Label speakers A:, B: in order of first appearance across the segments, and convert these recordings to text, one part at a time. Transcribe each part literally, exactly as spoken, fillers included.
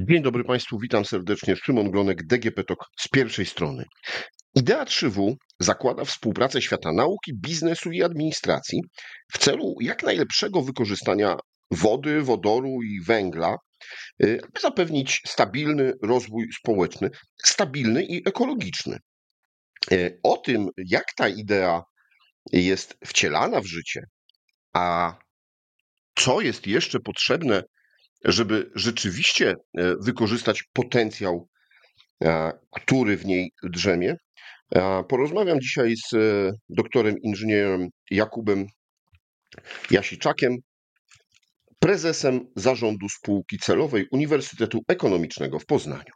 A: Dzień dobry Państwu, witam serdecznie. Szymon Glonek, D G P Talk z pierwszej strony. Idea trzy W zakłada współpracę świata nauki, biznesu i administracji w celu jak najlepszego wykorzystania wody, wodoru i węgla, y, aby zapewnić stabilny rozwój społeczny, stabilny i ekologiczny. Y, O tym, jak ta idea jest wcielana w życie, a co jest jeszcze potrzebne, żeby rzeczywiście e, wykorzystać potencjał, e, który w niej drzemie. E, Porozmawiam dzisiaj z e, doktorem inżynierem Jakubem Jasiczakiem, prezesem zarządu spółki celowej Uniwersytetu Ekonomicznego w Poznaniu.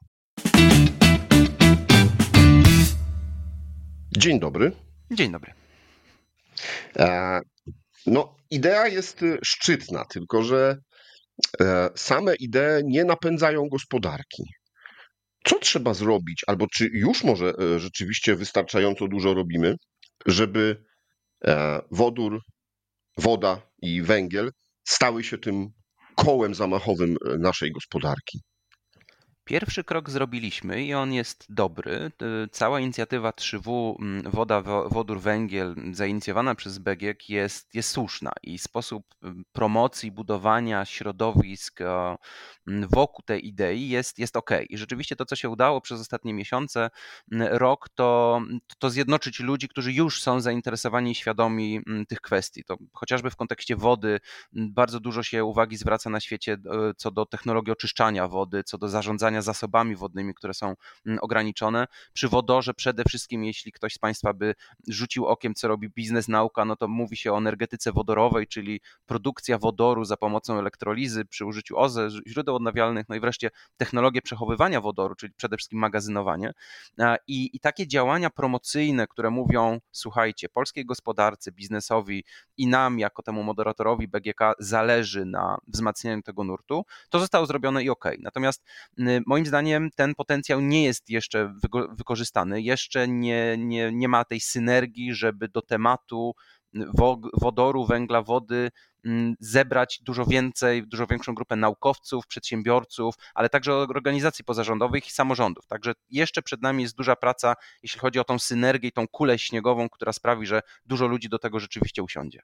A: Dzień dobry.
B: Dzień dobry.
A: E, No, idea jest e, szczytna, tylko że e, same idee nie napędzają gospodarki. Co trzeba zrobić, albo czy już może e, rzeczywiście wystarczająco dużo robimy, żeby e, wodór, woda i węgiel stały się tym kołem zamachowym e, naszej gospodarki?
B: Pierwszy krok zrobiliśmy i on jest dobry. Y, Cała inicjatywa trzy W, mm, woda, wo- wodór, węgiel, zainicjowana przez B G K jest, jest słuszna i sposób y, promocji, budowania środowisk e, mm, wokół tej idei jest, jest ok. I rzeczywiście to, co się udało przez ostatnie miesiące, mm, rok, to, to zjednoczyć ludzi, którzy już są zainteresowani i świadomi mm, tych kwestii. To chociażby w kontekście wody mm, bardzo dużo się uwagi zwraca na świecie e, co do technologii oczyszczania wody, co do zarządzania zasobami wodnymi, które są mm, ograniczone. Przy wodorze przede wszystkim, jeśli ktoś z Państwa by rzucił okiem, co robi biznes, nauka, no to mówi się o energetyce wodorowej, czyli produkcja wodoru za pomocą elektrolizy przy użyciu O Z E, źródeł odnawialnych, no i wreszcie technologie przechowywania wodoru, czyli przede wszystkim magazynowanie. A, I, I takie działania promocyjne, które mówią, słuchajcie, polskiej gospodarce, biznesowi i nam, jako temu moderatorowi B G K, zależy na wzmacnianiu tego nurtu, to zostało zrobione i ok. Natomiast y, moim zdaniem ten potencjał nie jest jeszcze wygo- wykorzystany, jeszcze nie, nie, nie ma tej synergii, żeby do tematu wo- wodoru, węgla, wody mm, zebrać dużo więcej, dużo większą grupę naukowców, przedsiębiorców, ale także organizacji pozarządowych i samorządów. Także jeszcze przed nami jest duża praca, jeśli chodzi o tą synergię i tą kulę śniegową, która sprawi, że dużo ludzi do tego rzeczywiście usiądzie.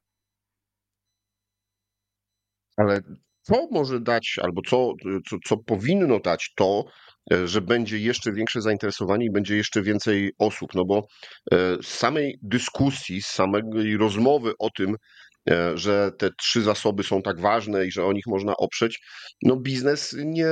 A: Ale co może dać, albo co, co, co powinno dać to, e, że będzie jeszcze większe zainteresowanie i będzie jeszcze więcej osób? No bo e, z samej dyskusji, z samej rozmowy o tym, e, że te trzy zasoby są tak ważne i że o nich można oprzeć, no biznes nie,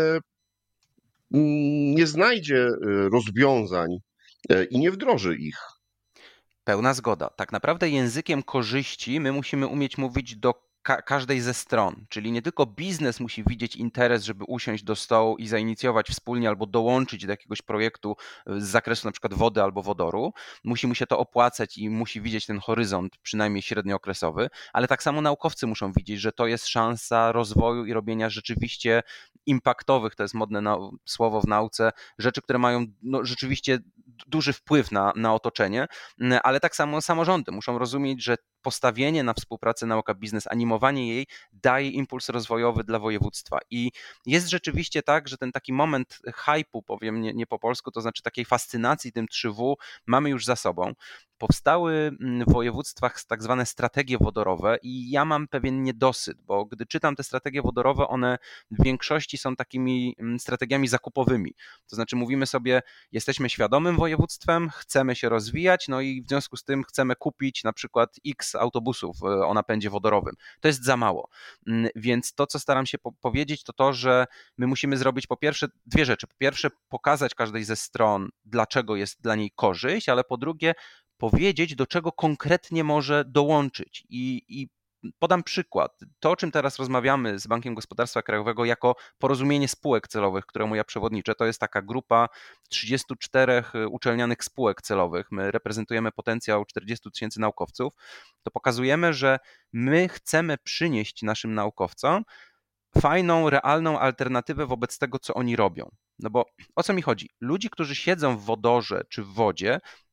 A: nie znajdzie e, rozwiązań e, i nie wdroży ich.
B: Pełna zgoda. Tak naprawdę językiem korzyści my musimy umieć mówić do ka- każdej ze stron, czyli nie tylko biznes musi widzieć interes, żeby usiąść do stołu i zainicjować wspólnie albo dołączyć do jakiegoś projektu z zakresu na przykład wody albo wodoru, musi mu się to opłacać i musi widzieć ten horyzont przynajmniej średniookresowy, ale tak samo naukowcy muszą widzieć, że to jest szansa rozwoju i robienia rzeczywiście impaktowych, to jest modne nau- słowo w nauce, rzeczy, które mają no, rzeczywiście duży wpływ na, na otoczenie, ale tak samo samorządy muszą rozumieć, że postawienie na współpracę nauka-biznes, animowanie jej daje impuls rozwojowy dla województwa. I jest rzeczywiście tak, że ten taki moment hype'u, powiem nie, nie po polsku, to znaczy takiej fascynacji tym trzy W mamy już za sobą. Powstały w województwach tak zwane strategie wodorowe i ja mam pewien niedosyt, bo gdy czytam te strategie wodorowe, one w większości są takimi strategiami zakupowymi. To znaczy mówimy sobie, jesteśmy świadomym województwem, chcemy się rozwijać, no i w związku z tym chcemy kupić na przykład X autobusów o napędzie wodorowym. To jest za mało. Więc to, co staram się po- powiedzieć, to to, że my musimy zrobić po pierwsze dwie rzeczy. Po pierwsze, pokazać każdej ze stron, dlaczego jest dla niej korzyść, ale po drugie, powiedzieć, do czego konkretnie może dołączyć. I, i podam przykład. To, o czym teraz rozmawiamy z Bankiem Gospodarstwa Krajowego jako porozumienie spółek celowych, któremu ja przewodniczę, to jest taka grupa trzydziestu czterech uczelnianych spółek celowych. My reprezentujemy potencjał czterdziestu tysięcy naukowców. To pokazujemy, że my chcemy przynieść naszym naukowcom fajną, realną alternatywę wobec tego, co oni robią. No bo o co mi chodzi? Ludzi, którzy siedzą w wodorze czy w wodzie,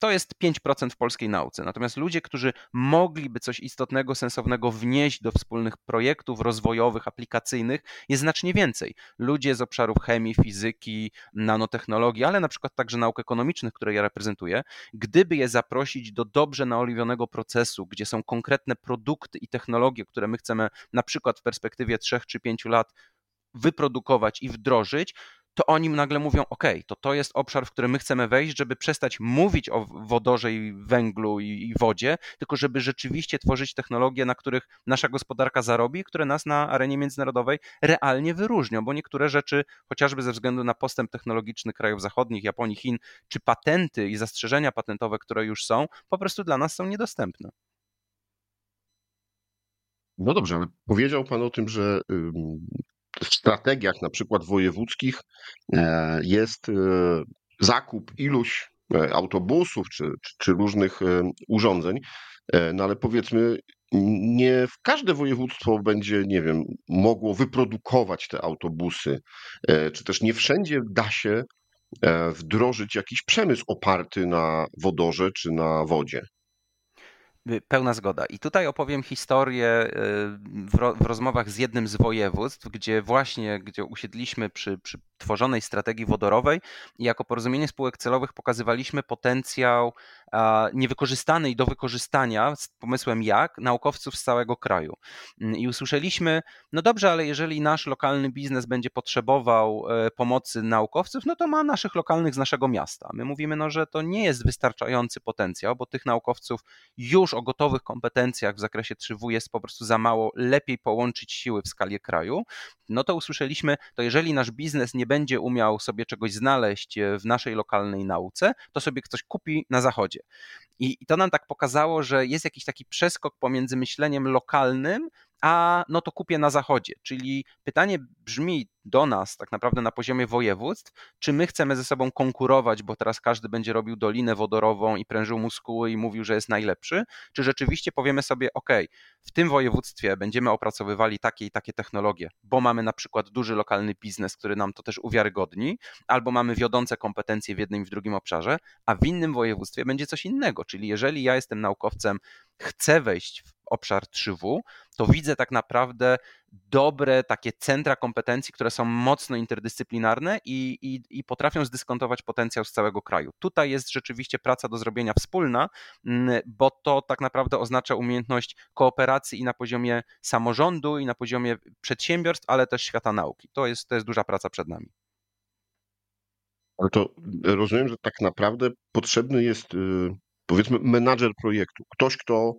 B: To jest pięć procent w polskiej nauce. Natomiast ludzie, którzy mogliby coś istotnego, sensownego wnieść do wspólnych projektów rozwojowych, aplikacyjnych, jest znacznie więcej. Ludzie z obszarów chemii, fizyki, nanotechnologii, ale na przykład także nauk ekonomicznych, które ja reprezentuję, gdyby je zaprosić do dobrze naoliwionego procesu, gdzie są konkretne produkty i technologie, które my chcemy na przykład w perspektywie trzech czy pięciu lat wyprodukować i wdrożyć, to oni nagle mówią, OK, to to jest obszar, w który my chcemy wejść, żeby przestać mówić o wodorze i węglu i, i wodzie, tylko żeby rzeczywiście tworzyć technologie, na których nasza gospodarka zarobi, które nas na arenie międzynarodowej realnie wyróżnią, bo niektóre rzeczy, chociażby ze względu na postęp technologiczny krajów zachodnich, Japonii, Chin, czy patenty i zastrzeżenia patentowe, które już są, po prostu dla nas są niedostępne.
A: No dobrze, ale powiedział Pan o tym, że w strategiach na przykład wojewódzkich e, jest e, zakup iluś e, autobusów czy, czy, czy różnych e, urządzeń, e, no ale powiedzmy, nie w każde województwo będzie, nie wiem, mogło wyprodukować te autobusy, e, czy też nie wszędzie da się e, wdrożyć jakiś przemysł oparty na wodorze czy na wodzie.
B: Pełna zgoda. I tutaj opowiem historię w, ro, w rozmowach z jednym z województw, gdzie właśnie, gdzie usiedliśmy przy, przy tworzonej strategii wodorowej i jako porozumienie spółek celowych pokazywaliśmy potencjał a, niewykorzystany i do wykorzystania z pomysłem jak naukowców z całego kraju. I usłyszeliśmy, no dobrze, ale jeżeli nasz lokalny biznes będzie potrzebował e, pomocy naukowców, no to ma naszych lokalnych z naszego miasta. My mówimy, no, że to nie jest wystarczający potencjał, bo tych naukowców już o gotowych kompetencjach w zakresie trzy W jest po prostu za mało, lepiej połączyć siły w skali kraju, no to usłyszeliśmy, to jeżeli nasz biznes nie będzie umiał sobie czegoś znaleźć w naszej lokalnej nauce, to sobie ktoś kupi na zachodzie. I, i to nam tak pokazało, że jest jakiś taki przeskok pomiędzy myśleniem lokalnym, a no to kupię na zachodzie. Czyli pytanie brzmi do nas tak naprawdę na poziomie województw, czy my chcemy ze sobą konkurować, bo teraz każdy będzie robił dolinę wodorową i prężył muskuły i mówił, że jest najlepszy, czy rzeczywiście powiemy sobie, OK, w tym województwie będziemy opracowywali takie i takie technologie, bo mamy na przykład duży lokalny biznes, który nam to też uwiarygodni, albo mamy wiodące kompetencje w jednym i w drugim obszarze, a w innym województwie będzie coś innego. Czyli jeżeli ja jestem naukowcem, chcę wejść w obszar trzy W, to widzę tak naprawdę dobre takie centra kompetencji, które są mocno interdyscyplinarne i, i, i potrafią zdyskontować potencjał z całego kraju. Tutaj jest rzeczywiście praca do zrobienia wspólna, bo to tak naprawdę oznacza umiejętność kooperacji i na poziomie samorządu, i na poziomie przedsiębiorstw, ale też świata nauki. To jest, to jest duża praca przed nami.
A: Ale to rozumiem, że tak naprawdę potrzebny jest, powiedzmy, menadżer projektu. Ktoś, kto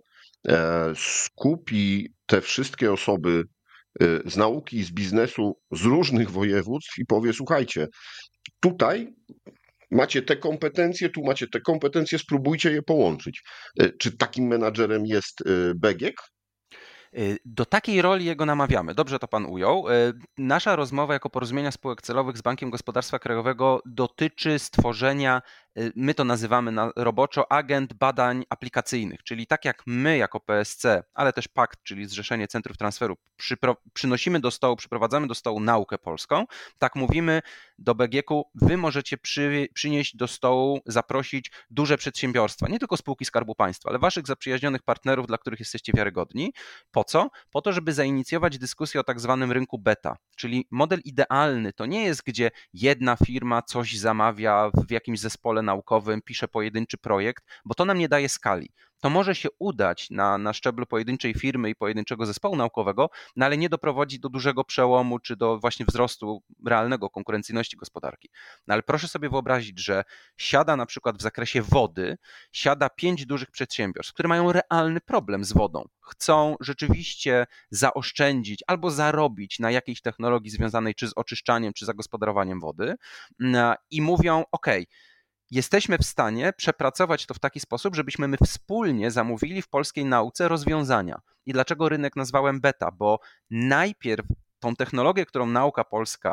A: skupi te wszystkie osoby z nauki i z biznesu z różnych województw i powie: słuchajcie, tutaj macie te kompetencje, tu macie te kompetencje, spróbujcie je połączyć. Czy takim menadżerem jest B G I K?
B: Do takiej roli jego namawiamy. Dobrze to pan ujął. Nasza rozmowa jako porozumienia spółek celowych z Bankiem Gospodarstwa Krajowego dotyczy stworzenia, my to nazywamy na roboczo, agent badań aplikacyjnych, czyli tak jak my jako P S C, ale też PAKT, czyli Zrzeszenie Centrów Transferu, przypro, przynosimy do stołu, przyprowadzamy do stołu naukę polską, tak mówimy do B G K-u, wy możecie przy, przynieść do stołu, zaprosić duże przedsiębiorstwa, nie tylko spółki Skarbu Państwa, ale waszych zaprzyjaźnionych partnerów, dla których jesteście wiarygodni. Po co? Po to, żeby zainicjować dyskusję o tak zwanym rynku beta, czyli model idealny to nie jest, gdzie jedna firma coś zamawia w jakimś zespole naukowym, pisze pojedynczy projekt, bo to nam nie daje skali. To może się udać na, na szczeblu pojedynczej firmy i pojedynczego zespołu naukowego, no ale nie doprowadzi do dużego przełomu czy do właśnie wzrostu realnego konkurencyjności gospodarki. No ale proszę sobie wyobrazić, że siada na przykład w zakresie wody, siada pięć dużych przedsiębiorstw, które mają realny problem z wodą. Chcą rzeczywiście zaoszczędzić albo zarobić na jakiejś technologii związanej czy z oczyszczaniem, czy zagospodarowaniem wody i mówią: OK, jesteśmy w stanie przepracować to w taki sposób, żebyśmy my wspólnie zamówili w polskiej nauce rozwiązania. I dlaczego rynek nazwałem beta? Bo najpierw tą technologię, którą nauka polska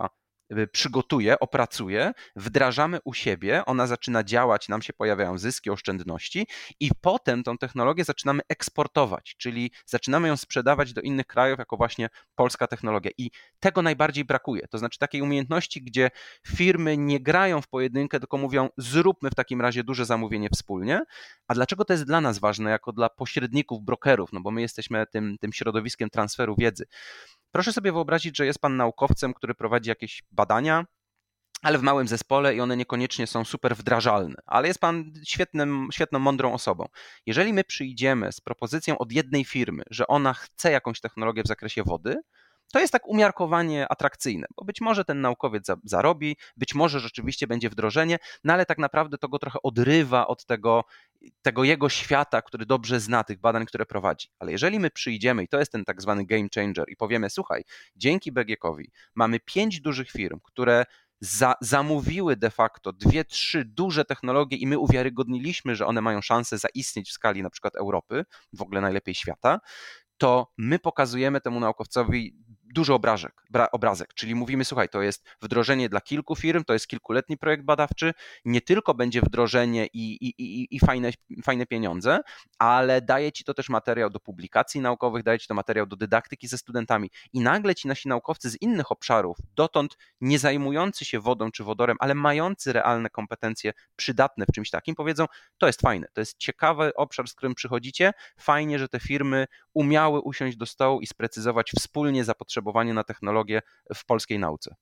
B: przygotuje, opracuje, wdrażamy u siebie, ona zaczyna działać, nam się pojawiają zyski, oszczędności i potem tą technologię zaczynamy eksportować, czyli zaczynamy ją sprzedawać do innych krajów jako właśnie polska technologia i tego najbardziej brakuje, to znaczy takiej umiejętności, gdzie firmy nie grają w pojedynkę, tylko mówią zróbmy w takim razie duże zamówienie wspólnie, a dlaczego to jest dla nas ważne, jako dla pośredników, brokerów, no bo my jesteśmy tym, tym środowiskiem transferu wiedzy. Proszę sobie wyobrazić, że jest pan naukowcem, który prowadzi jakieś badania, ale w małym zespole i one niekoniecznie są super wdrażalne, ale jest pan świetnym, świetną, mądrą osobą. Jeżeli my przyjdziemy z propozycją od jednej firmy, że ona chce jakąś technologię w zakresie wody, to jest tak umiarkowanie atrakcyjne, bo być może ten naukowiec za, zarobi, być może rzeczywiście będzie wdrożenie, no ale tak naprawdę to go trochę odrywa od tego, tego jego świata, który dobrze zna, tych badań, które prowadzi. Ale jeżeli my przyjdziemy, i to jest ten tak zwany game changer, i powiemy, słuchaj, dzięki B G K-owi mamy pięć dużych firm, które za, zamówiły de facto dwie, trzy duże technologie i my uwiarygodniliśmy, że one mają szansę zaistnieć w skali na przykład Europy, w ogóle najlepiej świata, to my pokazujemy temu naukowcowi duży obrazek, obrazek, czyli mówimy, słuchaj, to jest wdrożenie dla kilku firm, to jest kilkuletni projekt badawczy, nie tylko będzie wdrożenie i, i, i, i fajne, fajne pieniądze, ale daje ci to też materiał do publikacji naukowych, daje ci to materiał do dydaktyki ze studentami i nagle ci nasi naukowcy z innych obszarów, dotąd nie zajmujący się wodą czy wodorem, ale mający realne kompetencje przydatne w czymś takim, powiedzą, to jest fajne, to jest ciekawy obszar, z którym przychodzicie, fajnie, że te firmy umiały usiąść do stołu i sprecyzować wspólnie zapotrzebowanie na technologię w polskiej nauce.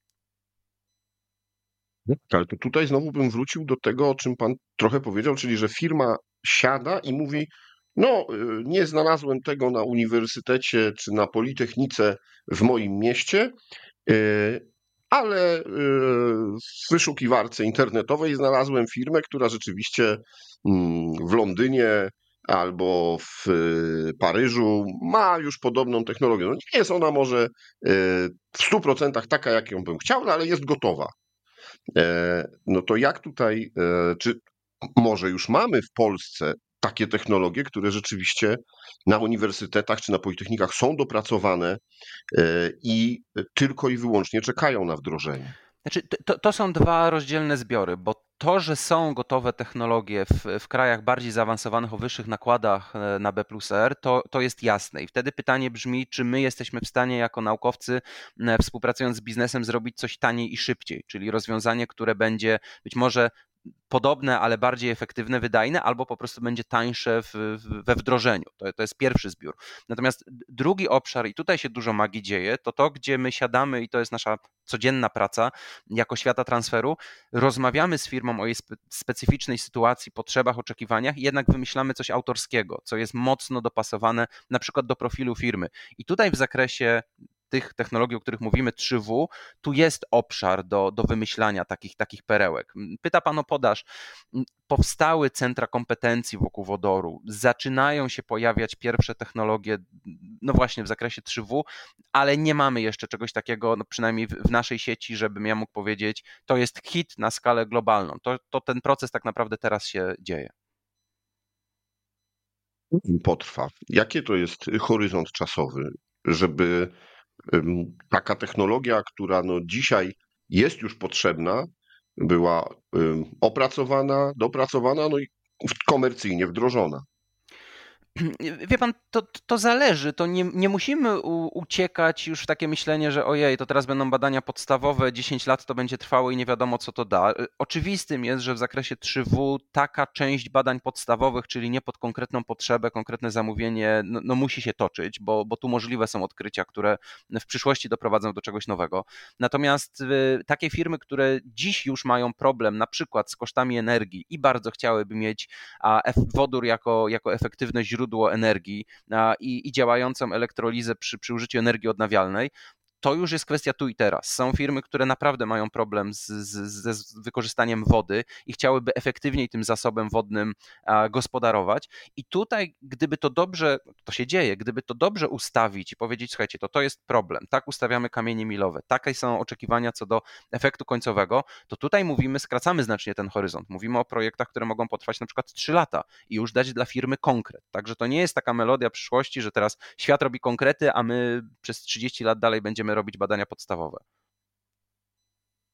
A: Ale to tutaj znowu bym wrócił do tego, o czym pan trochę powiedział, czyli że firma siada i mówi, no nie znalazłem tego na uniwersytecie czy na politechnice w moim mieście, ale w wyszukiwarce internetowej znalazłem firmę, która rzeczywiście w Londynie albo w Paryżu ma już podobną technologię. No nie jest ona może w stu procentach taka, jak ją bym chciał, no ale jest gotowa. No to jak tutaj, czy może już mamy w Polsce takie technologie, które rzeczywiście na uniwersytetach czy na politechnikach są dopracowane i tylko i wyłącznie czekają na wdrożenie?
B: Znaczy, to, to są dwa rozdzielne zbiory, bo to, że są gotowe technologie w, w krajach bardziej zaawansowanych o wyższych nakładach na B plus R, to, to jest jasne. I wtedy pytanie brzmi, czy my jesteśmy w stanie jako naukowcy, współpracując z biznesem, zrobić coś taniej i szybciej, czyli rozwiązanie, które będzie być może podobne, ale bardziej efektywne, wydajne, albo po prostu będzie tańsze w, w, we wdrożeniu. To, to jest pierwszy zbiór. Natomiast drugi obszar, i tutaj się dużo magii dzieje, to to, gdzie my siadamy i to jest nasza codzienna praca jako świata transferu, rozmawiamy z firmą o jej spe, specyficznej sytuacji, potrzebach, oczekiwaniach i jednak wymyślamy coś autorskiego, co jest mocno dopasowane na przykład do profilu firmy. I tutaj w zakresie tych technologii, o których mówimy, trzy W, tu jest obszar do, do wymyślania takich, takich perełek. Pyta pan o podaż. Powstały centra kompetencji wokół wodoru, zaczynają się pojawiać pierwsze technologie, no właśnie w zakresie trzy W, ale nie mamy jeszcze czegoś takiego, no przynajmniej w, w naszej sieci, żebym ja mógł powiedzieć, to jest hit na skalę globalną. To, to ten proces tak naprawdę teraz się dzieje.
A: Potrwa. Jaki to jest horyzont czasowy, żeby taka technologia, która no dzisiaj jest już potrzebna, była opracowana, dopracowana, no i komercyjnie wdrożona?
B: Wie pan, to, to zależy, to nie, nie musimy u, uciekać już w takie myślenie, że ojej, to teraz będą badania podstawowe, dziesięć lat to będzie trwało i nie wiadomo co to da. Oczywistym jest, że w zakresie trzy W taka część badań podstawowych, czyli nie pod konkretną potrzebę, konkretne zamówienie, no, no musi się toczyć, bo, bo tu możliwe są odkrycia, które w przyszłości doprowadzą do czegoś nowego. Natomiast y, takie firmy, które dziś już mają problem na przykład z kosztami energii i bardzo chciałyby mieć a, wodór jako, jako efektywne źródło źródło energii i, i działającą elektrolizę przy, przy użyciu energii odnawialnej, to już jest kwestia tu i teraz. Są firmy, które naprawdę mają problem z, z, z wykorzystaniem wody i chciałyby efektywniej tym zasobem wodnym gospodarować. I tutaj, gdyby to dobrze, to się dzieje, gdyby to dobrze ustawić i powiedzieć, słuchajcie, to to jest problem, tak ustawiamy kamienie milowe, takie są oczekiwania co do efektu końcowego, to tutaj mówimy, skracamy znacznie ten horyzont. Mówimy o projektach, które mogą potrwać na przykład trzy lata i już dać dla firmy konkret. Także to nie jest taka melodia przyszłości, że teraz świat robi konkrety, a my przez trzydzieści lat dalej będziemy robić badania podstawowe.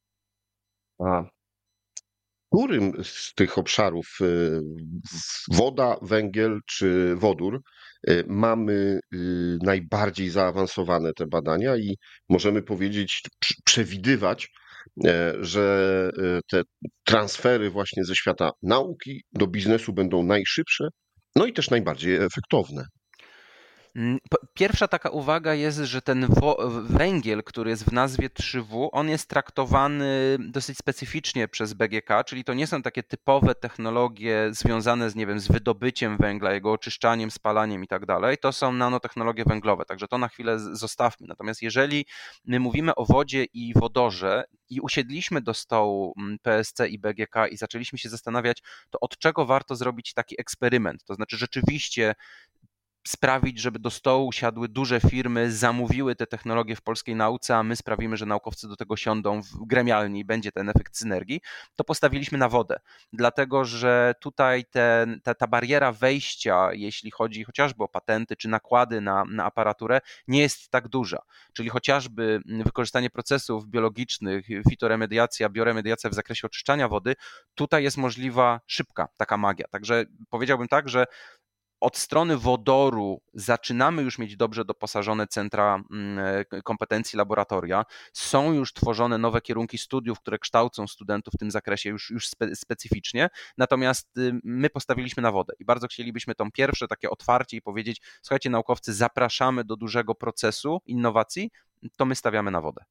A: A w którym z tych obszarów, y, woda, węgiel czy wodór, y, mamy y, najbardziej zaawansowane te badania i możemy powiedzieć, prz- przewidywać, e, że e, te transfery właśnie ze świata nauki do biznesu będą najszybsze, no i też najbardziej efektowne.
B: Mm, p- Pierwsza taka uwaga jest, że ten wo- węgiel, który jest w nazwie trzy W, on jest traktowany dosyć specyficznie przez B G K, czyli to nie są takie typowe technologie związane z, nie wiem, z wydobyciem węgla, jego oczyszczaniem, spalaniem i tak dalej. To są nanotechnologie węglowe, także to na chwilę z- zostawmy. Natomiast jeżeli my mówimy o wodzie i wodorze i usiedliśmy do stołu mm, P S C i B G K i zaczęliśmy się zastanawiać, to od czego warto zrobić taki eksperyment? To znaczy rzeczywiście sprawić, żeby do stołu siadły duże firmy, zamówiły te technologie w polskiej nauce, a my sprawimy, że naukowcy do tego siądą w gremialni i będzie ten efekt synergii, to postawiliśmy na wodę. Dlatego, że tutaj ten, ta, ta bariera wejścia, jeśli chodzi chociażby o patenty czy nakłady na, na aparaturę, nie jest tak duża. Czyli chociażby wykorzystanie procesów biologicznych, fitoremediacja, bioremediacja w zakresie oczyszczania wody, tutaj jest możliwa szybka taka magia. Także powiedziałbym tak, że od strony wodoru zaczynamy już mieć dobrze doposażone centra kompetencji, laboratoria. Są już tworzone nowe kierunki studiów, które kształcą studentów w tym zakresie już, już spe, specyficznie. Natomiast my postawiliśmy na wodę i bardzo chcielibyśmy tą pierwsze takie otwarcie i powiedzieć: słuchajcie, naukowcy, zapraszamy do dużego procesu innowacji, to my stawiamy na wodę.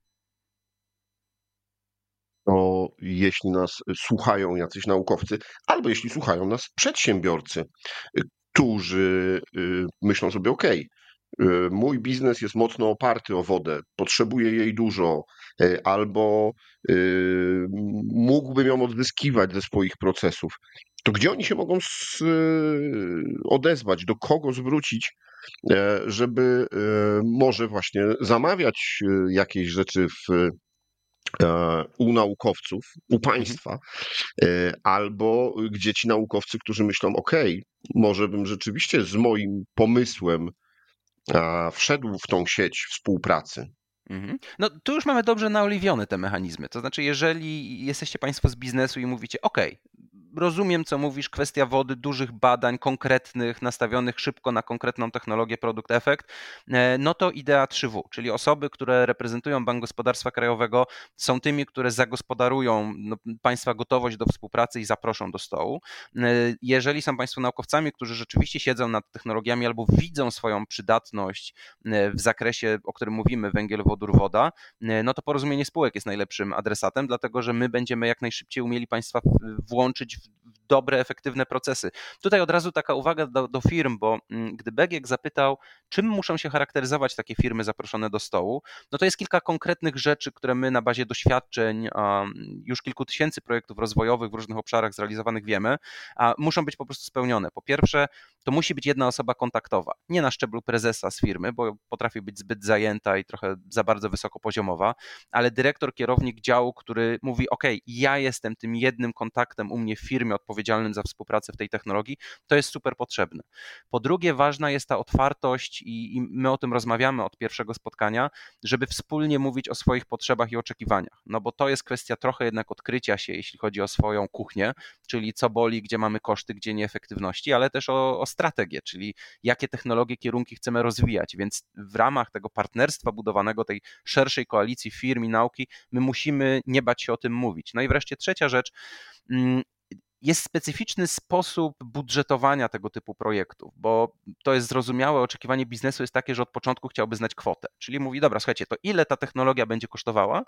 A: To jeśli nas słuchają jacyś naukowcy, albo jeśli słuchają nas przedsiębiorcy, y, którzy y, myślą sobie: OK, mój biznes jest mocno oparty o wodę, potrzebuję jej dużo, y, albo y, mógłbym ją odzyskiwać ze swoich procesów, to gdzie oni się mogą s- y, odezwać, do kogo zwrócić, e, żeby e, może właśnie zamawiać e, jakieś rzeczy w e, u naukowców, u
B: Mhm.
A: państwa, e, albo gdzie ci naukowcy, którzy myślą: OK, może bym rzeczywiście z moim pomysłem a, wszedł w tą sieć współpracy.
B: Mhm. No tu już mamy dobrze naoliwione te mechanizmy. To znaczy, jeżeli jesteście Państwo z biznesu i mówicie: OK, rozumiem, co mówisz, kwestia wody, dużych badań konkretnych, nastawionych szybko na konkretną technologię, produkt, efekt, e, no to idea trzy W, czyli osoby, które reprezentują Bank Gospodarstwa Krajowego, są tymi, które zagospodarują no, Państwa gotowość do współpracy i zaproszą do stołu. E, Jeżeli są Państwo naukowcami, którzy rzeczywiście siedzą nad technologiami albo widzą swoją przydatność e, w zakresie, o którym mówimy, węgiel, wodór, woda, e, no to Porozumienie Spółek jest najlepszym adresatem, dlatego że my będziemy jak najszybciej umieli Państwa w- włączyć w w dobre, efektywne procesy. Tutaj od razu taka uwaga do, do firm, bo mm, gdy Begiek zapytał, czym muszą się charakteryzować takie firmy zaproszone do stołu, no to jest kilka konkretnych rzeczy, które my na bazie doświadczeń um, już kilku tysięcy projektów rozwojowych w różnych obszarach zrealizowanych wiemy, a muszą być po prostu spełnione. Po pierwsze, to musi być jedna osoba kontaktowa, nie na szczeblu prezesa z firmy, bo potrafi być zbyt zajęta i trochę za bardzo wysokopoziomowa, ale dyrektor, kierownik działu, który mówi: OK, ja jestem tym jednym kontaktem u mnie w firmie odpowiedzialnym za współpracę w tej technologii, to jest super potrzebne. Po drugie, ważna jest ta otwartość i, i my o tym rozmawiamy od pierwszego spotkania, żeby wspólnie mówić o swoich potrzebach i oczekiwaniach, no bo to jest kwestia trochę jednak odkrycia się, jeśli chodzi o swoją kuchnię, czyli co boli, gdzie mamy koszty, gdzie nieefektywności, ale też o, o strategię, czyli jakie technologie, kierunki chcemy rozwijać, więc w ramach tego partnerstwa budowanego, tej szerszej koalicji firm i nauki, my musimy nie bać się o tym mówić. No i wreszcie trzecia rzecz, mm, jest specyficzny sposób budżetowania tego typu projektów, bo to jest zrozumiałe, oczekiwanie biznesu jest takie, że od początku chciałby znać kwotę. Czyli mówi: dobra, słuchajcie, to ile ta technologia będzie kosztowała,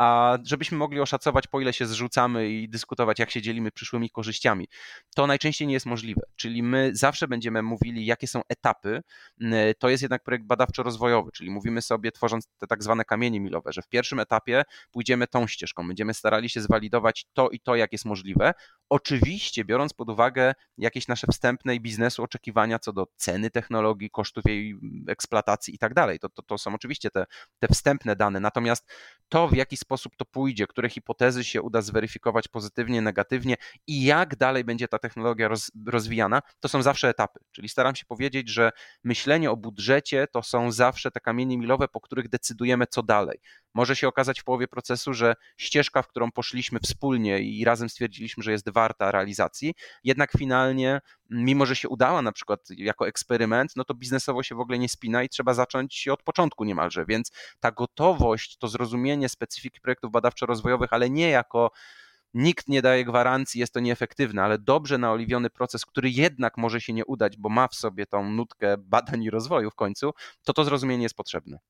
B: a żebyśmy mogli oszacować, po ile się zrzucamy i dyskutować, jak się dzielimy przyszłymi korzyściami. To najczęściej nie jest możliwe. Czyli my zawsze będziemy mówili, jakie są etapy. To jest jednak projekt badawczo-rozwojowy, czyli mówimy sobie, tworząc te tak zwane kamienie milowe, że w pierwszym etapie pójdziemy tą ścieżką, będziemy starali się zwalidować to i to, jak jest możliwe. Oczywiście oczywiście biorąc pod uwagę jakieś nasze wstępne i biznesu oczekiwania co do ceny technologii, kosztów jej eksploatacji i tak dalej. To, to, to są oczywiście te, te wstępne dane. Natomiast to, w jaki sposób to pójdzie, które hipotezy się uda zweryfikować pozytywnie, negatywnie i jak dalej będzie ta technologia roz, rozwijana, to są zawsze etapy. Czyli staram się powiedzieć, że myślenie o budżecie to są zawsze te kamienie milowe, po których decydujemy co dalej. Może się okazać w połowie procesu, że ścieżka, w którą poszliśmy wspólnie i razem stwierdziliśmy, że jest warta realizacji, jednak finalnie, mimo że się udała na przykład jako eksperyment, no to biznesowo się w ogóle nie spina i trzeba zacząć od początku niemalże, więc ta gotowość, to zrozumienie specyfiki projektów badawczo-rozwojowych, ale nie jako nikt nie daje gwarancji, jest to nieefektywne, ale dobrze naoliwiony proces, który jednak może się nie udać, bo ma w sobie tą nutkę badań i rozwoju w końcu, to to zrozumienie jest potrzebne.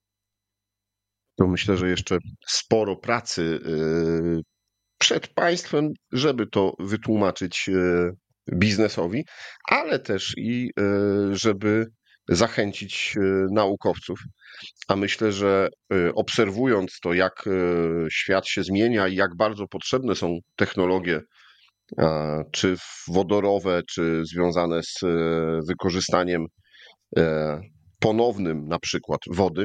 A: To myślę, że jeszcze sporo pracy yy, przed państwem, żeby to wytłumaczyć yy, biznesowi, ale też i yy, żeby zachęcić yy, naukowców. A myślę, że yy, obserwując to, jak yy, świat się zmienia i jak bardzo potrzebne są technologie, a, czy wodorowe, czy związane z yy, wykorzystaniem yy, ponownym na przykład wody,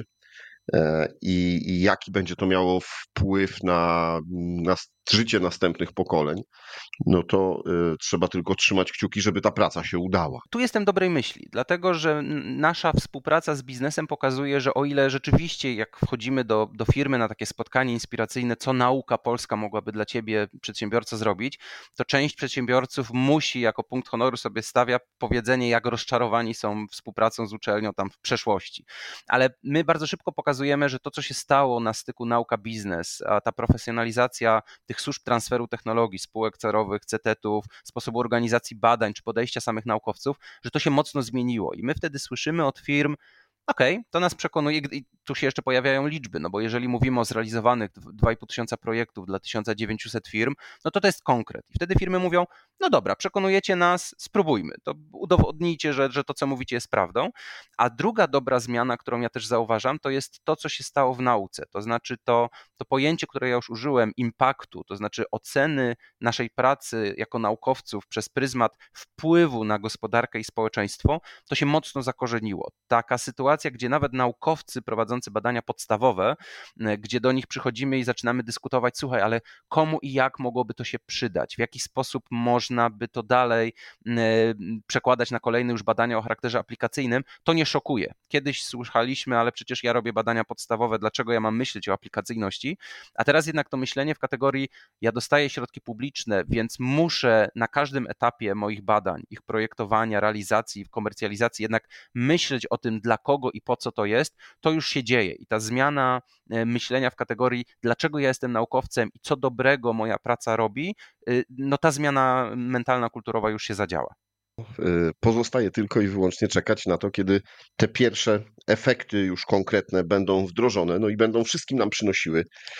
A: i, i jaki będzie to miało wpływ na, na życie następnych pokoleń, no to y, trzeba tylko trzymać kciuki, żeby ta praca się udała.
B: Tu jestem dobrej myśli, dlatego że nasza współpraca z biznesem pokazuje, że o ile rzeczywiście jak wchodzimy do, do firmy na takie spotkanie inspiracyjne, co nauka polska mogłaby dla ciebie, przedsiębiorca, zrobić, to część przedsiębiorców musi jako punkt honoru sobie stawia powiedzenie, jak rozczarowani są współpracą z uczelnią tam w przeszłości. Ale my bardzo szybko pokazujemy, że to, co się stało na styku nauka-biznes, a ta profesjonalizacja tych służb transferu technologii, spółek cerowych, C T T-ów, sposobu organizacji badań czy podejścia samych naukowców, że to się mocno zmieniło i my wtedy słyszymy od firm, okej, okay, to nas przekonuje i tu się jeszcze pojawiają liczby, no bo jeżeli mówimy o zrealizowanych dwa i pół tysiąca projektów dla tysiąc dziewięćset firm, no to to jest konkret. I wtedy firmy mówią, no dobra, przekonujecie nas, spróbujmy, to udowodnijcie, że, że to, co mówicie, jest prawdą. A druga dobra zmiana, którą ja też zauważam, to jest to, co się stało w nauce. To znaczy to, to pojęcie, które ja już użyłem, impaktu, to znaczy oceny naszej pracy jako naukowców przez pryzmat wpływu na gospodarkę i społeczeństwo, to się mocno zakorzeniło. Taka sytuacja, gdzie nawet naukowcy prowadzący badania podstawowe, gdzie do nich przychodzimy i zaczynamy dyskutować, słuchaj, ale komu i jak mogłoby to się przydać, w jaki sposób można by to dalej przekładać na kolejne już badania o charakterze aplikacyjnym, to nie szokuje. Kiedyś słuchaliśmy, ale przecież ja robię badania podstawowe, dlaczego ja mam myśleć o aplikacyjności, a teraz jednak to myślenie w kategorii ja dostaję środki publiczne, więc muszę na każdym etapie moich badań, ich projektowania, realizacji, komercjalizacji jednak myśleć o tym, dla kogo i po co to jest, to już się dzieje i ta zmiana myślenia w kategorii dlaczego ja jestem naukowcem i co dobrego moja praca robi, no ta zmiana mentalna, kulturowa już się zadziała.
A: Pozostaje tylko i wyłącznie czekać na to, kiedy te pierwsze efekty już konkretne będą wdrożone, no i będą wszystkim nam przynosiły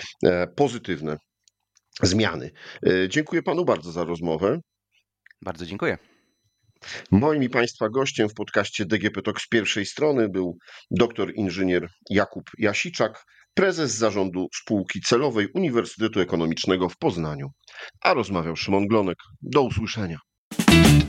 A: pozytywne zmiany. Dziękuję panu bardzo za rozmowę.
B: Bardzo dziękuję.
A: Moim i państwa gościem w podcaście D G P Talk z pierwszej strony był doktor inżynier Jakub Jasiczak, prezes zarządu spółki celowej Uniwersytetu Ekonomicznego w Poznaniu. A rozmawiał Szymon Glonek. Do usłyszenia.